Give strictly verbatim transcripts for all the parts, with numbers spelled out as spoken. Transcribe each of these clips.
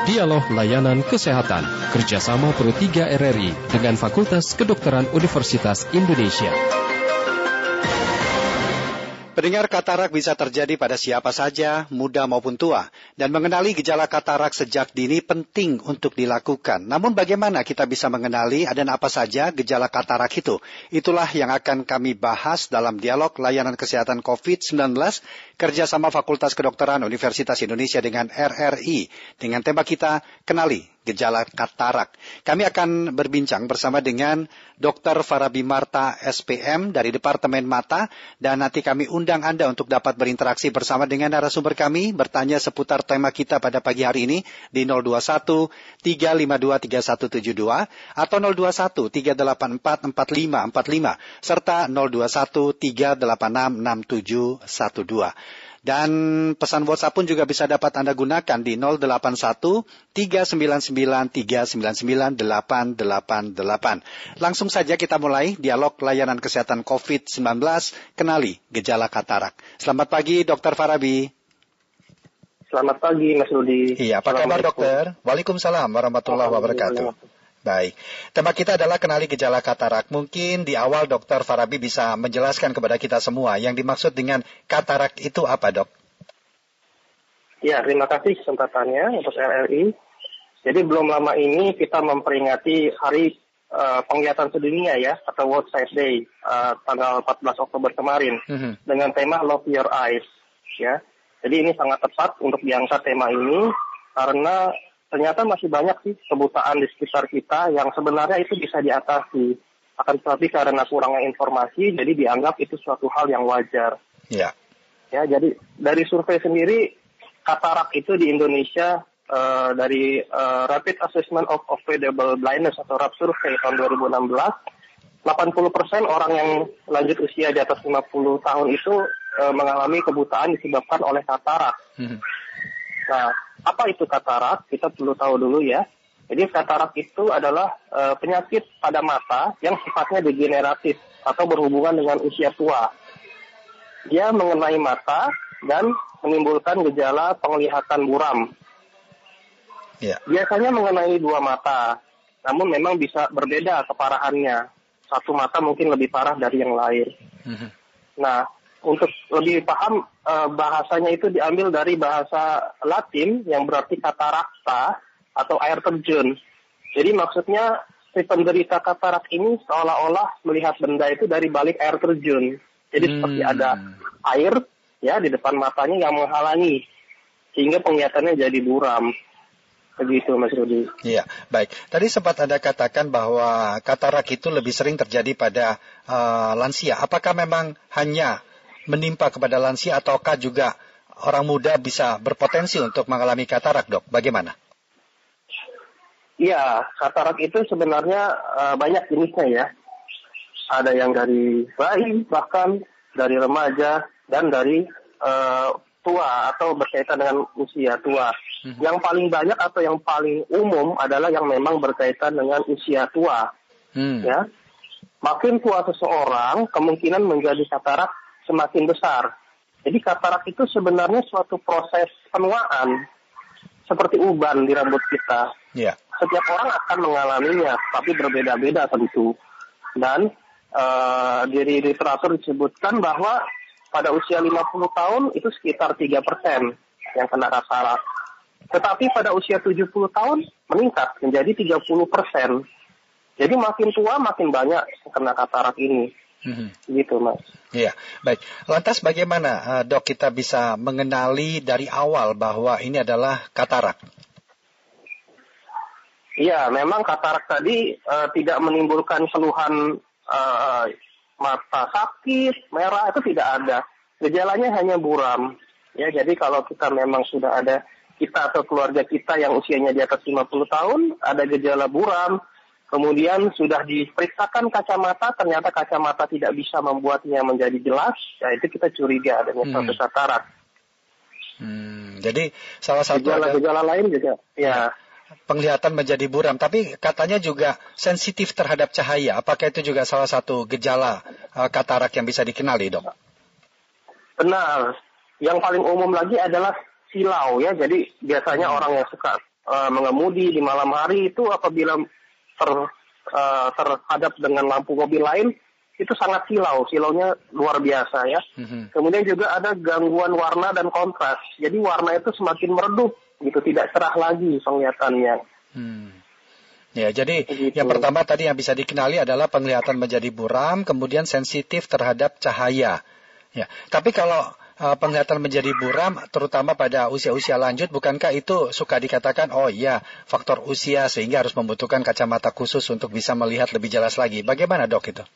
Dialog Layanan Kesehatan kerjasama Pro tiga R R I dengan Fakultas Kedokteran Universitas Indonesia. Pendengar, katarak bisa terjadi pada siapa saja, muda maupun tua. Dan mengenali gejala katarak sejak dini penting untuk dilakukan. Namun bagaimana kita bisa mengenali dan apa saja gejala katarak itu? Itulah yang akan kami bahas dalam dialog layanan kesehatan covid sembilan belas kerjasama Fakultas Kedokteran Universitas Indonesia dengan R R I. Dengan tema kita, kenali gejala katarak. Kami akan berbincang bersama dengan Dokter Farabi Marta S P M dari Departemen Mata, dan nanti kami undang Anda untuk dapat berinteraksi bersama dengan narasumber kami, bertanya seputar tema kita pada pagi hari ini di nol dua satu tiga lima dua tiga satu tujuh dua atau nol dua satu tiga delapan empat empat lima empat lima serta nol dua satu tiga delapan enam enam tujuh satu dua. Dan pesan WhatsApp pun juga bisa dapat Anda gunakan di nol delapan satu tiga sembilan sembilan tiga sembilan sembilan delapan delapan delapan. Langsung saja kita mulai dialog layanan kesehatan covid sembilan belas, kenali gejala katarak. Selamat pagi Dokter Farabi. Selamat pagi Mas Rudi. Iya, apa kabar dokter? Waalaikumsalam warahmatullahi wabarakatuh. Baik, tema kita adalah kenali gejala katarak. Mungkin di awal Dokter Farabi bisa menjelaskan kepada kita semua yang dimaksud dengan katarak itu apa, Dok? Ya, terima kasih kesempatannya untuk R R I. Jadi belum lama ini kita memperingati Hari uh, Penglihatan Sedunia ya, atau World Sight Day, uh, tanggal empat belas Oktober kemarin, mm-hmm. dengan tema Love Your Eyes. Ya, jadi ini sangat tepat untuk diangkat tema ini karena ternyata masih banyak sih kebutaan di sekitar kita yang sebenarnya itu bisa diatasi. Akan tetapi karena kurangnya informasi, jadi dianggap itu suatu hal yang wajar. Ya. Ya, jadi dari survei sendiri, katarak itu di Indonesia uh, dari uh, Rapid Assessment of Avoidable Blindness atau R A P survei tahun dua ribu enam belas, delapan puluh persen orang yang lanjut usia di atas lima puluh tahun itu uh, mengalami kebutaan disebabkan oleh katarak. Hmm. Nah, apa itu katarak? Kita perlu tahu dulu ya. Jadi katarak itu adalah e, penyakit pada mata yang sifatnya degeneratif atau berhubungan dengan usia tua. Dia mengenai mata dan menimbulkan gejala penglihatan buram. Yeah. Biasanya mengenai dua mata, namun memang bisa berbeda keparahannya. Satu mata mungkin lebih parah dari yang lain. Mm-hmm. Nah, untuk lebih paham, eh, bahasanya itu diambil dari bahasa Latin yang berarti katarakta atau air terjun. Jadi maksudnya si penderita katarak ini seolah-olah melihat benda itu dari balik air terjun. Jadi hmm. seperti ada air ya di depan matanya yang menghalangi sehingga penglihatannya jadi buram. Begitu Mas Rudi. Iya, baik. Tadi sempat Anda katakan bahwa katarak itu lebih sering terjadi pada uh, lansia. Apakah memang hanya menimpa kepada lansia ataukah juga orang muda bisa berpotensi untuk mengalami katarak, Dok? Bagaimana? Iya, katarak itu sebenarnya uh, banyak jenisnya ya. Ada yang dari bayi, bahkan dari remaja, dan dari uh, tua atau berkaitan dengan usia tua. Hmm. Yang paling banyak atau yang paling umum adalah yang memang berkaitan dengan usia tua. Hmm. Ya, makin tua seseorang, kemungkinan menjadi katarak semakin besar. Jadi katarak itu sebenarnya suatu proses penuaan, seperti uban di rambut kita. Yeah. Setiap orang akan mengalaminya, tapi berbeda-beda tentu. Dan uh, di literatur disebutkan bahwa pada usia lima puluh tahun itu sekitar tiga persen yang kena katarak. Tetapi pada usia tujuh puluh tahun meningkat menjadi tiga puluh persen. Jadi makin tua makin banyak yang kena katarak ini. Hmm. Gitu Mas. Iya, baik. Lantas bagaimana uh, Dok kita bisa mengenali dari awal bahwa ini adalah katarak? Iya, memang katarak tadi uh, tidak menimbulkan keluhan uh, mata sakit, merah, itu tidak ada. Gejalanya hanya buram. Ya, jadi kalau kita memang sudah ada, kita atau keluarga kita yang usianya di atas lima puluh tahun, ada gejala buram, kemudian sudah diperiksakan kacamata, ternyata kacamata tidak bisa membuatnya menjadi jelas, ya itu kita curiga adanya suatu hmm. katarak. Hmm, jadi salah satu gejala-gejala lain juga, ya. Penglihatan menjadi buram, tapi katanya juga sensitif terhadap cahaya. Apakah itu juga salah satu gejala uh, katarak yang bisa dikenali, Dok? Benar. Yang paling umum lagi adalah silau ya. Jadi biasanya hmm. orang yang suka uh, mengemudi di malam hari itu apabila ter, uh, terhadap dengan lampu mobil lain itu sangat silau, silaunya luar biasa ya. Mm-hmm. Kemudian juga ada gangguan warna dan kontras. Jadi warna itu semakin meredup, gitu, tidak cerah lagi penglihatannya. Hmm. Ya, jadi begitu. Yang pertama tadi yang bisa dikenali adalah penglihatan menjadi buram, kemudian sensitif terhadap cahaya. Ya, tapi kalau uh, penglihatan menjadi buram, terutama pada usia-usia lanjut, bukankah itu suka dikatakan, oh iya, faktor usia sehingga harus membutuhkan kacamata khusus untuk bisa melihat lebih jelas lagi. Bagaimana dok itu?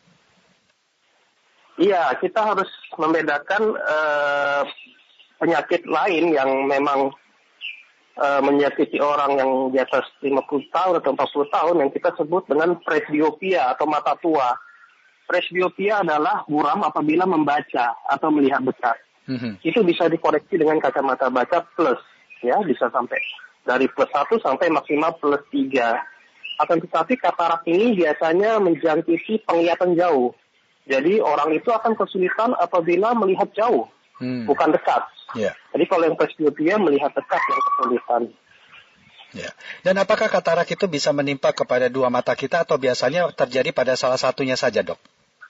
Iya, kita harus membedakan uh, penyakit lain yang memang uh, menyakiti orang yang di atas lima puluh tahun atau empat puluh tahun yang kita sebut dengan presbiopia atau mata tua. Presbiopia adalah buram apabila membaca atau melihat dekat. Mm-hmm. Itu bisa dikoreksi dengan kacamata baca plus, ya, bisa sampai dari plus satu sampai maksimal plus tiga. Akan tetapi katarak ini biasanya menjangkiti penglihatan jauh. Jadi orang itu akan kesulitan apabila melihat jauh, hmm. bukan dekat. Yeah. Jadi kalau yang presbiopia melihat dekat yang kesulitan. Yeah. Dan apakah katarak itu bisa menimpa kepada dua mata kita atau biasanya terjadi pada salah satunya saja, dok?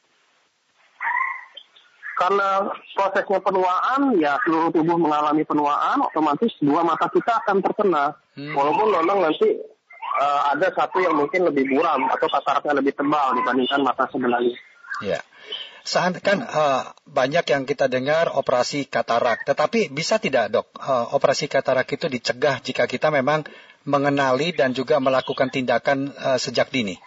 Karena prosesnya penuaan, ya seluruh tubuh mengalami penuaan, otomatis dua mata kita akan terkena. Hmm. Walaupun memang nanti uh, ada satu yang mungkin lebih buram atau kataraknya lebih tebal dibandingkan mata sebelahnya. Ya, saat kan uh, banyak yang kita dengar operasi katarak, tetapi bisa tidak dok uh, operasi katarak itu dicegah jika kita memang mengenali dan juga melakukan tindakan uh, sejak dini?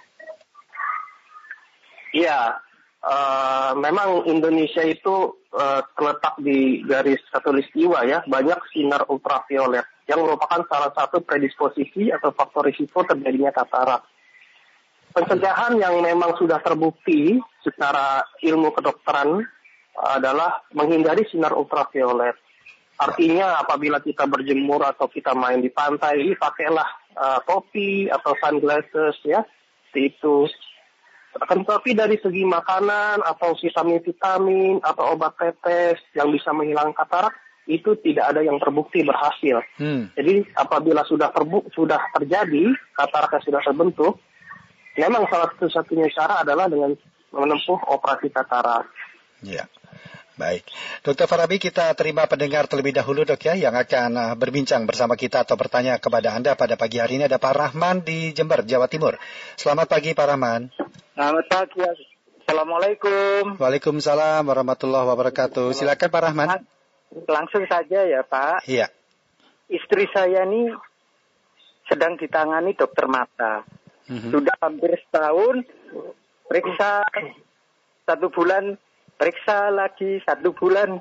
Iya, uh, memang Indonesia itu uh, terletak di garis khatulistiwa ya, banyak sinar ultraviolet yang merupakan salah satu predisposisi atau faktor risiko terjadinya katarak. Pencegahan yang memang sudah terbukti secara ilmu kedokteran adalah menghindari sinar ultraviolet. Artinya apabila kita berjemur atau kita main di pantai, ini pakailah uh, topi atau sunglasses ya, seperti itu. Akan tetapi dari segi makanan atau vitamin-vitamin atau obat tetes yang bisa menghilangkan katarak, itu tidak ada yang terbukti berhasil. Hmm. Jadi apabila sudah terbuk, sudah terjadi, kataraknya sudah terbentuk, memang salah satu-satunya cara adalah dengan menempuh operasi katarak. Ya, baik. Dokter Farabi, kita terima pendengar terlebih dahulu dok ya, yang akan uh, berbincang bersama kita atau bertanya kepada Anda pada pagi hari ini. Ada Pak Rahman di Jember, Jawa Timur. Selamat pagi Pak Rahman. Selamat pagi. Assalamualaikum. Waalaikumsalam warahmatullahi wabarakatuh. Silakan Pak Rahman. Langsung saja ya Pak. Iya. Istri saya ini sedang ditangani dokter mata. Mm-hmm. Sudah hampir setahun, periksa satu bulan, periksa lagi satu bulan.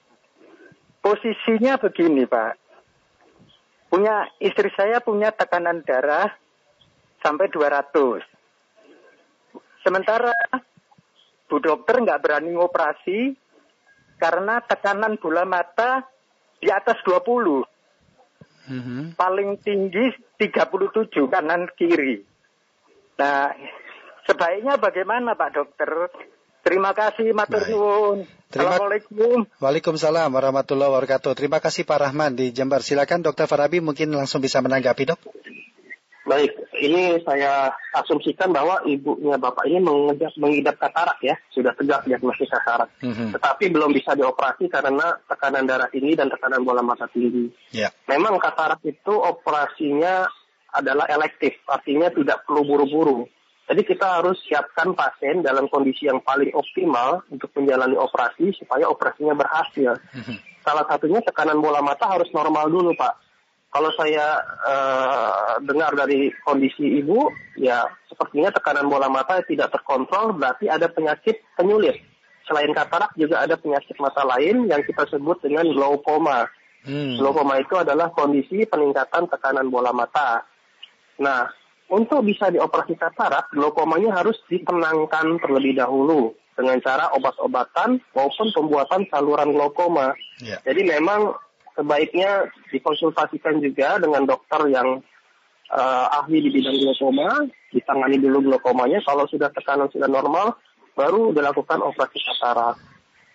Posisinya begini Pak, punya istri saya punya tekanan darah sampai dua ratus. Sementara Bu dokter nggak berani ngoperasi karena tekanan bola mata di atas dua puluh. Mm-hmm. Paling tinggi tiga puluh tujuh kanan kiri. Nah, sebaiknya bagaimana Pak Dokter? Terima kasih, matur nuwun. Assalamualaikum. Waalaikumsalam warahmatullahi wabarakatuh. Terima kasih Pak Rahman di Jember. Silakan Dokter Farabi mungkin langsung bisa menanggapi dok. Baik, ini saya asumsikan bahwa ibunya bapak ini mengidap, mengidap katarak ya, sudah tegak diagnosis katarak. Mm-hmm. Tetapi belum bisa dioperasi karena tekanan darah tinggi dan tekanan bola mata tinggi. Yeah. Memang katarak itu operasinya adalah elektif, artinya tidak perlu buru-buru. Jadi kita harus siapkan pasien dalam kondisi yang paling optimal untuk menjalani operasi supaya operasinya berhasil. Mm-hmm. Salah satunya tekanan bola mata harus normal dulu Pak. Kalau saya uh, dengar dari kondisi ibu, ya sepertinya tekanan bola mata tidak terkontrol, berarti ada penyakit penyulit. Selain katarak juga ada penyakit mata lain yang kita sebut dengan glaukoma. Hmm. Glaukoma itu adalah kondisi peningkatan tekanan bola mata. Nah, untuk bisa dioperasi katarak, glaukomanya harus ditenangkan terlebih dahulu dengan cara obat-obatan maupun pembuatan saluran glaukoma. Yeah. Jadi memang sebaiknya dikonsultasikan juga dengan dokter yang uh, ahli di bidang glaukoma, ditangani dulu glaukomanya. Kalau sudah tekanan sudah normal, baru dilakukan operasi katarak.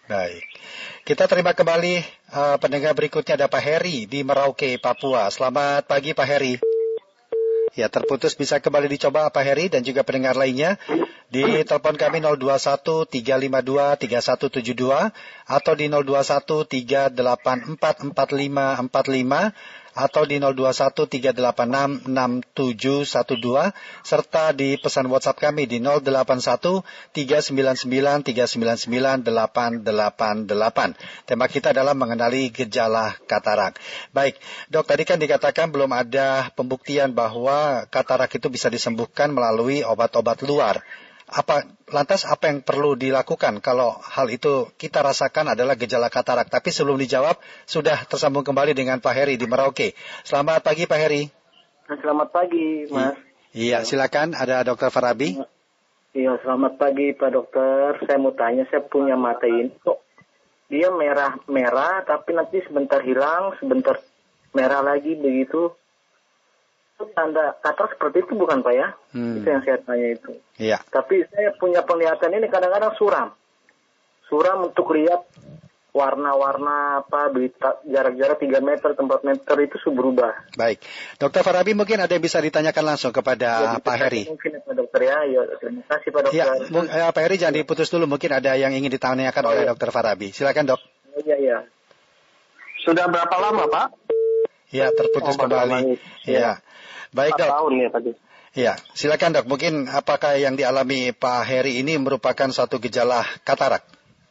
Baik. Kita terima kembali uh, pendengar berikutnya ada Pak Heri di Merauke, Papua. Selamat pagi Pak Heri. Ya, terputus, bisa kembali dicoba Pak Heri dan juga pendengar lainnya di telepon kami nol dua satu tiga lima dua tiga satu tujuh dua atau di nol dua satu tiga delapan empat empat lima empat lima atau di nol dua satu tiga delapan enam enam tujuh satu dua serta di pesan WhatsApp kami di nol delapan satu tiga sembilan sembilan tiga sembilan sembilan delapan delapan delapan. Tema kita adalah mengenali gejala katarak. Baik, Dok, tadi kan dikatakan belum ada pembuktian bahwa katarak itu bisa disembuhkan melalui obat-obat luar. Apa lantas apa yang perlu dilakukan kalau hal itu kita rasakan adalah gejala katarak? Tapi sebelum dijawab, sudah tersambung kembali dengan Pak Heri di Merauke. Selamat pagi Pak Heri. Selamat pagi, Mas. Iya, silakan. Ada Dokter Farabi. Iya, selamat pagi Pak Dokter. Saya mau tanya, saya punya mata ini kok dia merah-merah, tapi nanti sebentar hilang, sebentar merah lagi begitu. Tanda katarak seperti itu bukan Pak ya? Hmm. Itu yang saya tanya itu. Iya. Tapi saya punya penglihatan ini kadang-kadang suram. Suram untuk lihat warna-warna apa, jarak-jarak tiga meter, empat meter itu berubah. Baik. Dokter Farabi, mungkin ada yang bisa ditanyakan langsung kepada ya, Pak Heri. Mungkin Pak Dokter ya. Ya, terima kasih Pak Dokter. Ya, Pak Heri jangan diputus dulu. Mungkin ada yang ingin ditanyakan oh, oleh ya. Dokter Farabi. Silakan Dok. Iya, iya. Sudah berapa lama Pak? Ya, terputus oh, kembali. Iya. Ya. Baik Dok. Tahun ya tadi. Ya, silakan Dok. Mungkin apakah yang dialami Pak Heri ini merupakan suatu gejala katarak?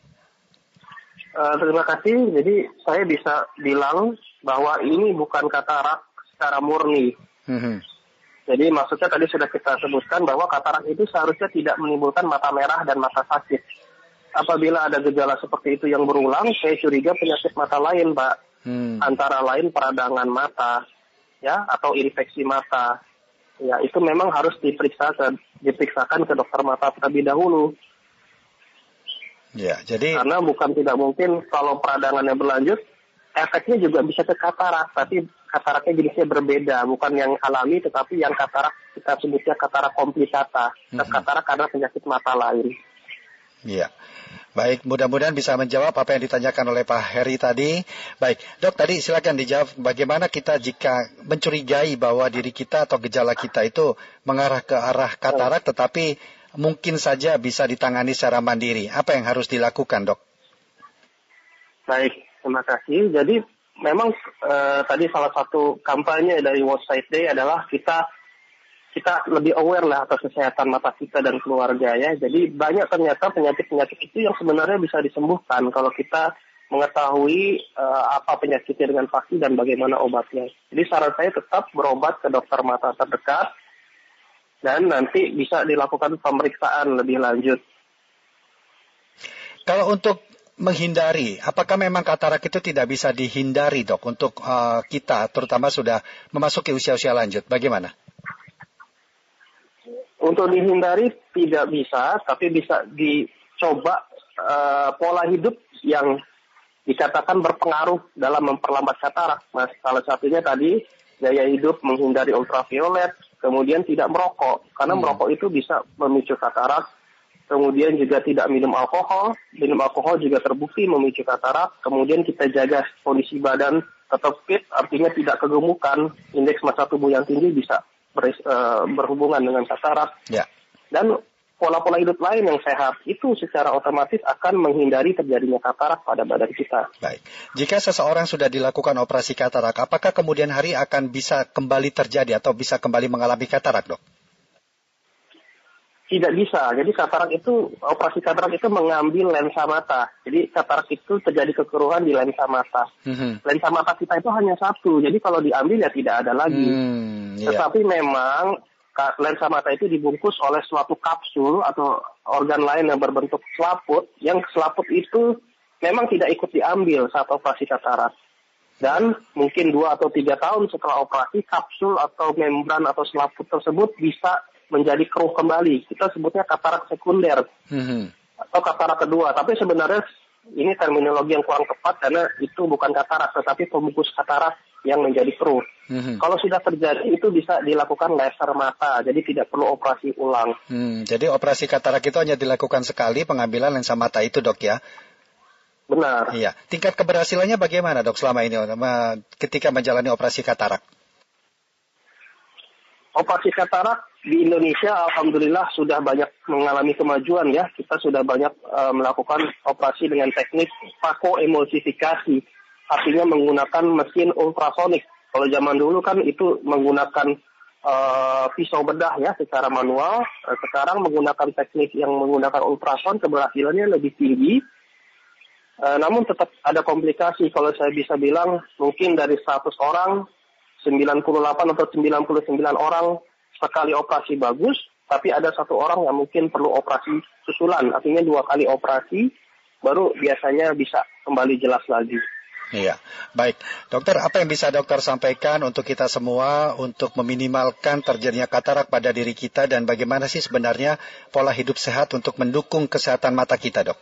Uh, terima kasih. Jadi saya bisa bilang bahwa ini bukan katarak secara murni. Mm-hmm. Jadi maksudnya tadi sudah kita sebutkan bahwa katarak itu seharusnya tidak menimbulkan mata merah dan mata sakit. Apabila ada gejala seperti itu yang berulang, saya curiga penyakit mata lain, Pak. Hmm. Antara lain peradangan mata, ya, atau infeksi mata. Ya, itu memang harus diperiksa ke, diperiksakan ke dokter mata terlebih dahulu. Ya, jadi karena bukan tidak mungkin kalau peradangannya berlanjut, efeknya juga bisa ke katarak, tapi kataraknya jenisnya berbeda, bukan yang alami, tetapi yang katarak kita sebutnya katarak komplikata, mm-hmm. katarak karena penyakit mata lain. Iya. Baik, mudah-mudahan bisa menjawab apa yang ditanyakan oleh Pak Heri tadi. Baik, Dok, tadi silakan dijawab bagaimana kita jika mencurigai bahwa diri kita atau gejala kita itu mengarah ke arah katarak, tetapi mungkin saja bisa ditangani secara mandiri. Apa yang harus dilakukan, Dok? Baik, terima kasih. Jadi memang eh, tadi salah satu kampanye dari World Sight Day adalah kita kita lebih aware lah atas kesehatan mata kita dan keluarga ya. Jadi banyak ternyata penyakit-penyakit itu yang sebenarnya bisa disembuhkan kalau kita mengetahui uh, apa penyakitnya dengan pasti dan bagaimana obatnya. Jadi saran saya tetap berobat ke dokter mata terdekat dan nanti bisa dilakukan pemeriksaan lebih lanjut. Kalau untuk menghindari, apakah memang katarak itu tidak bisa dihindari, Dok, untuk uh, kita terutama sudah memasuki usia-usia lanjut? Bagaimana? Untuk dihindari tidak bisa, tapi bisa dicoba uh, pola hidup yang dikatakan berpengaruh dalam memperlambat katarak. Mas, salah satunya tadi gaya hidup menghindari ultraviolet, kemudian tidak merokok, karena hmm. merokok itu bisa memicu katarak. Kemudian juga tidak minum alkohol, minum alkohol juga terbukti memicu katarak. Kemudian kita jaga kondisi badan tetap fit, artinya tidak kegemukan, indeks massa tubuh yang tinggi bisa Ber, uh, berhubungan dengan katarak. Ya. Dan pola-pola hidup lain yang sehat itu secara otomatis akan menghindari terjadinya katarak pada badan kita. Baik. Jika seseorang sudah dilakukan operasi katarak, apakah kemudian hari akan bisa kembali terjadi atau bisa kembali mengalami katarak, Dok? Tidak bisa. Jadi katarak itu, operasi katarak itu mengambil lensa mata. Jadi katarak itu terjadi kekeruhan di lensa mata. Mm-hmm. Lensa mata kita itu hanya satu. Jadi kalau diambil ya tidak ada lagi. Mm, yeah. Tetapi memang lensa mata itu dibungkus oleh suatu kapsul atau organ lain yang berbentuk selaput. Yang selaput itu memang tidak ikut diambil saat operasi katarak. Dan mungkin dua atau tiga tahun setelah operasi, kapsul atau membran atau selaput tersebut bisa menjadi keruh kembali. Kita sebutnya katarak sekunder mm-hmm. atau katarak kedua. Tapi sebenarnya ini terminologi yang kurang tepat karena itu bukan katarak, tetapi pembungkus katarak yang menjadi keruh. Mm-hmm. Kalau sudah terjadi itu bisa dilakukan laser mata, jadi tidak perlu operasi ulang. Hmm, jadi operasi katarak itu hanya dilakukan sekali, pengambilan lensa mata itu, Dok, ya? Benar. Iya. Tingkat keberhasilannya bagaimana, Dok, selama ini ketika menjalani operasi katarak? Operasi katarak di Indonesia alhamdulillah sudah banyak mengalami kemajuan ya. Kita sudah banyak uh, melakukan operasi dengan teknik fakoemulsifikasi. Artinya menggunakan mesin ultrasonik. Kalau zaman dulu kan itu menggunakan uh, pisau bedah ya secara manual. Uh, sekarang menggunakan teknik yang menggunakan ultrason, keberhasilannya lebih tinggi. Uh, namun tetap ada komplikasi. Kalau saya bisa bilang mungkin dari seratus orang, sembilan puluh delapan atau sembilan puluh sembilan orang sekali operasi bagus, tapi ada satu orang yang mungkin perlu operasi susulan. Artinya dua kali operasi baru biasanya bisa kembali jelas lagi. Iya, baik. Dokter, apa yang bisa dokter sampaikan untuk kita semua untuk meminimalkan terjadinya katarak pada diri kita dan bagaimana sih sebenarnya pola hidup sehat untuk mendukung kesehatan mata kita, Dok?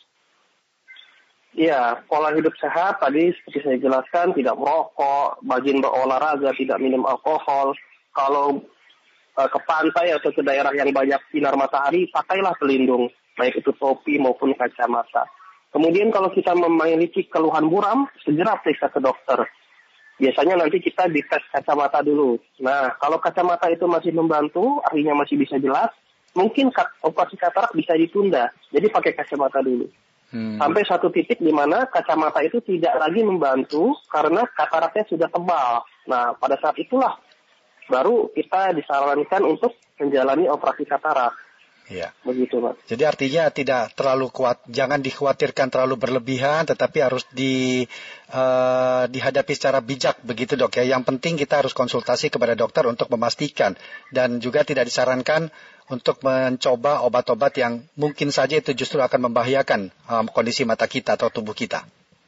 Iya, pola hidup sehat tadi seperti saya jelaskan, tidak merokok, rajin berolahraga, tidak minum alkohol. Kalau uh, ke pantai atau ke daerah yang banyak sinar matahari, pakailah pelindung, baik itu topi maupun kacamata. Kemudian kalau kita memiliki keluhan buram, segera periksa ke dokter. Biasanya nanti kita dites kacamata dulu. Nah, kalau kacamata itu masih membantu, artinya masih bisa jelas, mungkin operasi katarak bisa ditunda. Jadi pakai kacamata dulu. Hmm. Sampai satu titik di mana kacamata itu tidak lagi membantu karena kataraknya sudah tebal. Nah, pada saat itulah baru kita disarankan untuk menjalani operasi katarak. Iya. Begitu, Mas. Jadi artinya tidak terlalu kuat, jangan dikhawatirkan terlalu berlebihan, tetapi harus di uh, dihadapi secara bijak, begitu, Dok ya. Yang penting kita harus konsultasi kepada dokter untuk memastikan dan juga tidak disarankan untuk mencoba obat-obat yang mungkin saja itu justru akan membahayakan um, kondisi mata kita atau tubuh kita.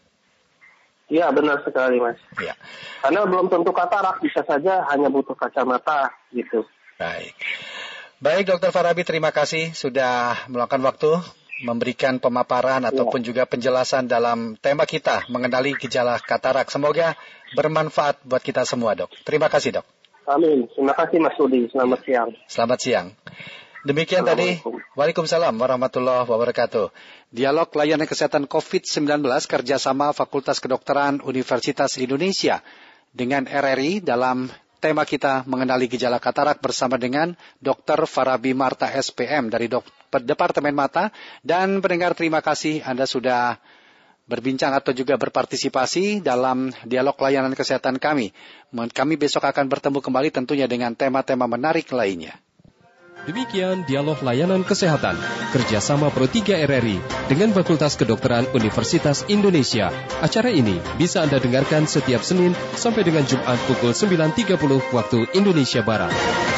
Iya, benar sekali, Mas. Iya. Karena belum tentu katarak, bisa saja hanya butuh kacamata, gitu. Baik. Baik, Dokter Farabi, terima kasih sudah meluangkan waktu memberikan pemaparan ya, ataupun juga penjelasan dalam tema kita mengenali gejala katarak. Semoga bermanfaat buat kita semua, Dok. Terima kasih, Dok. Amin. Terima kasih, Mas Rudi. Selamat siang. Selamat siang. Demikian tadi. Waalaikumsalam warahmatullahi wabarakatuh. Dialog layanan kesehatan covid sembilan belas kerjasama Fakultas Kedokteran Universitas Indonesia dengan R R I dalam tema kita mengenali gejala katarak bersama dengan Dokter Farabi Marta S P M dari Dok- Departemen Mata. Dan pendengar, terima kasih Anda sudah berbincang atau juga berpartisipasi dalam dialog layanan kesehatan kami. Kami besok akan bertemu kembali tentunya dengan tema-tema menarik lainnya. Demikian dialog layanan kesehatan kerjasama Pro tiga R R I dengan Fakultas Kedokteran Universitas Indonesia. Acara ini bisa Anda dengarkan setiap Senin sampai dengan Jumat pukul sembilan tiga puluh waktu Indonesia Barat.